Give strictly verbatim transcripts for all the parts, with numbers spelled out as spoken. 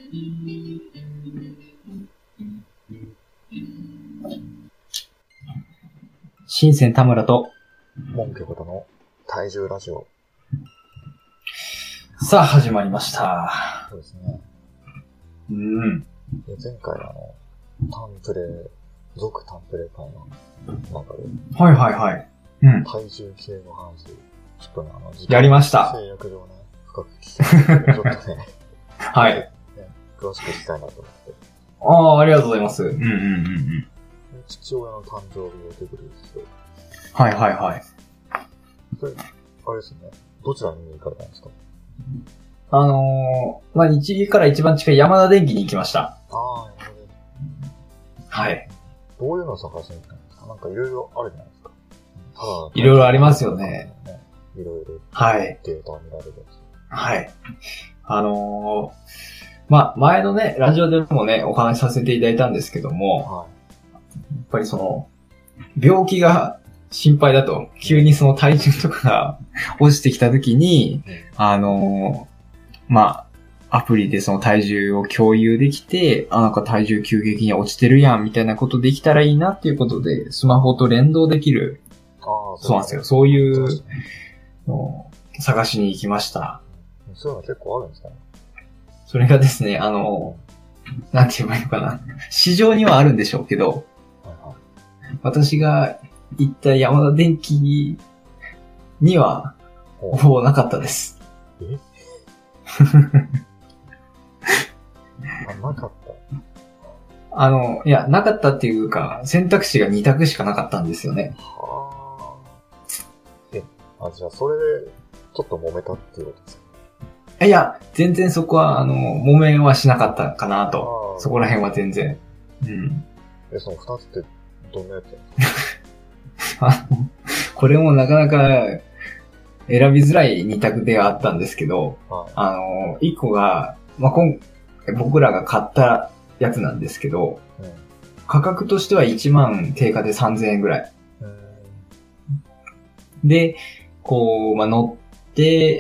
新鮮田村と本家ことの体重ラジオ。 さあ始まりました。 そうですね。 うん。 前回あのタンプレ、続タンプレ会の中で、 はいはいはい。うん。 体重計の話、ちょっとねあのやりました。 制約上ね深く聞きたいのでちょっとねはい、 ね。詳しく聞きたいなと思って。 ああ、ありがとうございます。うんうんうんうん。 父親の誕生日を出てくるんですよ。 はいはいはい。 それ、あれですね。どちらに行かれたんですか？ あのー、まあ、一から一番近い山田電機に行きました。 ああ、なるほど。 はい。 どういうのを探しに行ったんですか？なんかいろいろあるじゃないですか。 いろいろありますよね。 いろいろ。 はい。 データを見られるやつ。 はい。あのー、まあ、前のね、ラジオでもね、お話しさせていただいたんですけども、はい、やっぱりその、病気が心配だと、急にその体重とかが落ちてきたときに、うん、あのー、まあ、アプリでその体重を共有できて、あ、なんか体重急激に落ちてるやん、みたいなことできたらいいなっていうことで、スマホと連動できる。 ああ、 そうなんですよ。そういうのを探しに行きました。 そういうの結構あるんですかね？ それがですね、あの、なんて言えばいいのかな。市場にはあるんでしょうけど、はいはい、私が行った山田電機には、ほぼなかったです。 えあ、なかったあの、いや、なかったっていうか、選択肢がに択しかなかったんですよね。 はあ。え、あ、じゃあそれで、ちょっと揉めたっていうことですか？ いや、全然そこは、あの、揉めはしなかったかなと。そこら辺は全然。うん。 え、その二つって、どんなやつですか？あの、これもなかなか選びづらい二択ではあったんですけど、はい、あの、一個が、まあ、今、僕らが買ったやつなんですけど、うん、価格としてはいちまん定価でさんぜんえんぐらい。で、こう、まあ、乗って、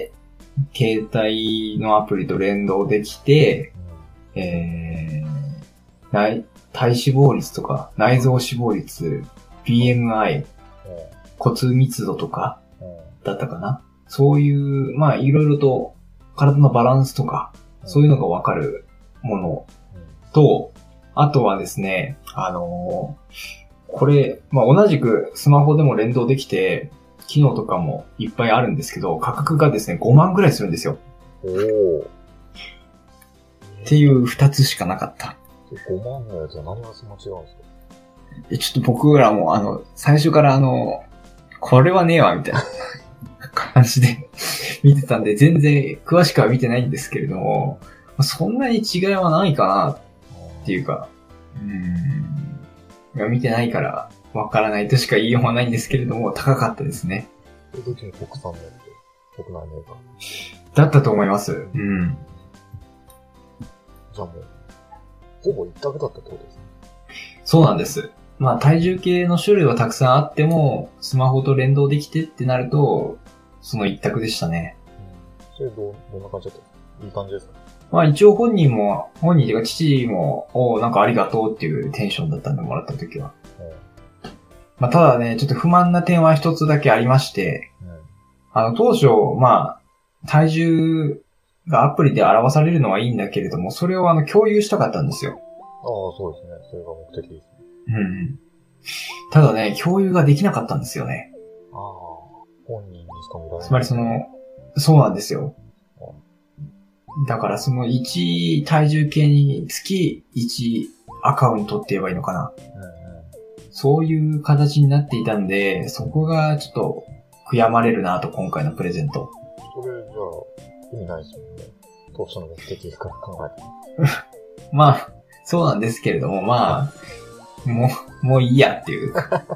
携帯のアプリと連動できて、うん、えー、内、体脂肪率とか、内臓脂肪率、ビーエムアイ、うん、骨密度とか、だったかな。そういう、まあ、いろいろと、体のバランスとか、そういうのがわかるものと、あとはですね、あのー、これ、まあ、同じくスマホでも連動できて、機能とかもいっぱいあるんですけど、価格がですね、ごまんぐらいするんですよ。 おー。 っていう二つしかなかった。 ごまんのやつは何がそんな違うんですか？ え、ちょっと僕らも、あの、最初からあの、これはねえわ、みたいな感じで見てたんで、全然詳しくは見てないんですけれども、そんなに違いはないかな、っていうか、うーん。いや、見てないから、わからないとしか言いようがないんですけれども、高かったですね。 どっちも国産のやつ、国内メーカー。 だったと思います。うん。 じゃあもう、ほぼ一択だったってことですね。 そうなんです。まあ、体重計の種類はたくさんあっても、スマホと連動できてってなると、その一択でしたね。 うん、それどう、どんな感じだったんですか？いい感じですか？ まあ一応本人も、本人というか父も、おなんかありがとうっていうテンションだったんでもらった時は。まあ、ただね、ちょっと不満な点は一つだけありまして、うん、あの、当初、まあ、体重がアプリで表されるのはいいんだけれども、それをあの、共有したかったんですよ。 ああ、そうですね。それが目的ですね。 うん。ただね、共有ができなかったんですよね。 ああ、本人にしか見られない。 つまりその、そうなんですよ。だからそのいち体重計につきいちアカウントって言えばいいのかな。うんそういう形になっていたんで、そこがちょっと悔やまれるなと、今回のプレゼント。 それじゃあ、意味ないですもんね。当初の目的から考えて。 まあ、そうなんですけれども、まあ、もう、もういいやっていう。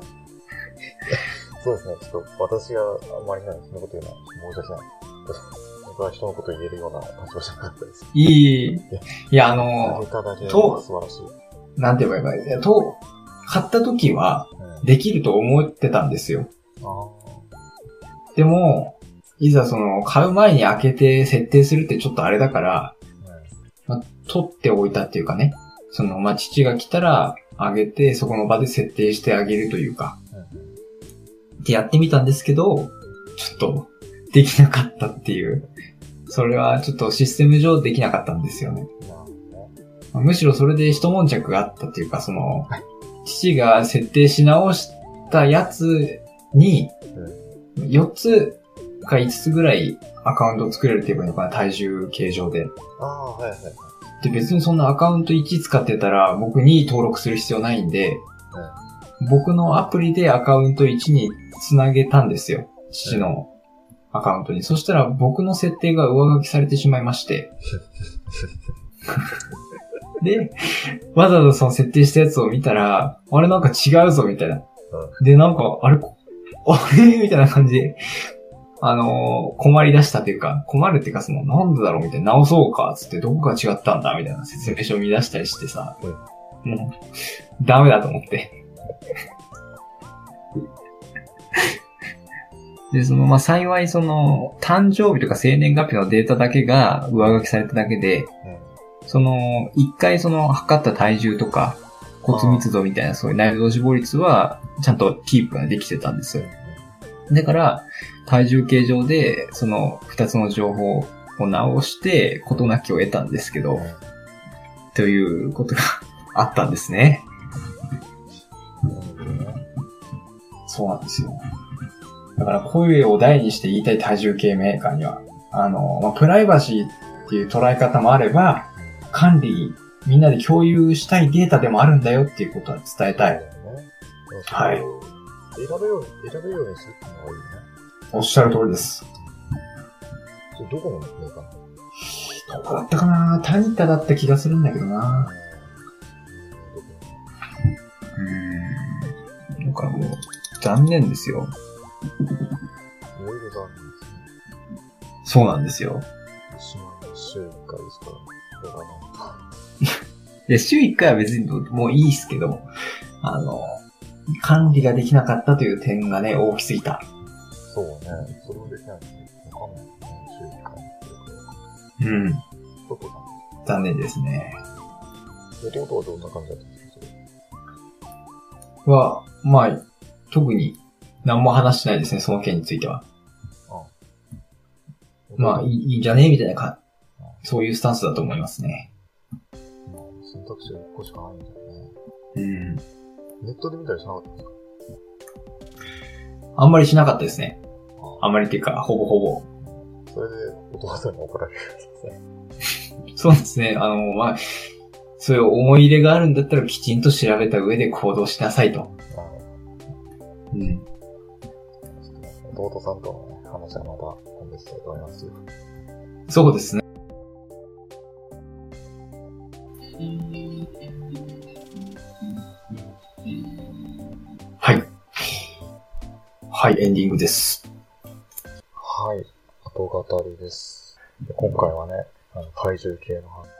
そうですね。ちょっと私があんまりね、そんなこと言うのは申し訳ない。僕は人のこと言えるような立場じゃなかったです。 いい、いや、あの、 と、素晴らしい。 なんて言えばいいか、と、買った時は、できると思ってたんですよ。うん、でも、いざその、買う前に開けて設定するってちょっとあれだから、うんまあ、 取っておいたっていうかね。その、まあ、父が来たら、あげて、そこの場で設定してあげるというか。で、やってみたんですけど、ちょっと、できなかったっていう。それはちょっとシステム上できなかったんですよね。むしろそれで一悶着があったっていうか、その、父が設定し直したやつに、よっつかいつつぐらいアカウントを作れるって言えばいいのかな、体重計上で。 ああ、はいはいはい。 で、別にそんなアカウントいち使ってたら僕に登録する必要ないんで、うん、僕のアプリでアカウントいちにつなげたんですよ。父のアカウントに。そしたら僕の設定が上書きされてしまいまして。で、わざわざその設定したやつを見たら、あれなんか違うぞみたいな。うん、で、なんか、あれ、あれみたいな感じで、あのー、困り出したというか、困るっていうかその、なんでだろうみたいな、直そうかつってどこが違ったんだみたいな説明書を見出したりしてさ、うん、もう、ダメだと思って。で、その、まあ、幸いその、誕生日とか生年月日のデータだけが上書きされただけで、うん、その、一回その、測った体重とか、骨密度みたいなそういう内臓脂肪率は、ちゃんとキープができてたんですよ。だから、体重計上で、その二つの情報を直して、事なきを得たんですけど、うん、ということがあったんですね。そうなんですよ。だから声を大にして言いたい体重計メーカーには、あの、まあ、プライバシーっていう捉え方もあれば、管理、みんなで共有したいデータでもあるんだよっていうことは伝えたい。はい。 選べるように、選べるようにするっていうのがいいね。 おっしゃる通りです。 それどこのメーカーなの？ どこだったかな？タニタだった気がするんだけどな。うーん。だからもう、残念ですよ。 いろいろ残念ですね。 そうなんですよ。 週いっかいですから、ね。だからいや、週いっかいは別にもういいっすけど、あの、管理ができなかったという点がね、大きすぎた。 そうね。それもできないんで、わかんないですね。週いっかいうん。残念ですね。 弟はどんな感じだったんですか？それは、まあ、特に何も話してないですね、その件については。ああまあいい、いいんじゃねみたいなか、そういうスタンスだと思いますね。 まあ、選択肢がいっこしかないんだよね。 うん。 ネットで見たりしなかったんですか？ あんまりしなかったですね。あんまりっていうか、ほぼほぼ。 それで、弟に怒られるんですね。 そうですね。あの、まあ、そういう思い入れがあるんだったらきちんと調べた上で行動しなさいと。うん。 弟さんとの、ね、話はまた今度したいと思いますよ。 そうですね。はい。はい、エンディングです。 はい、後語りです。今回はね、あの体重計の話。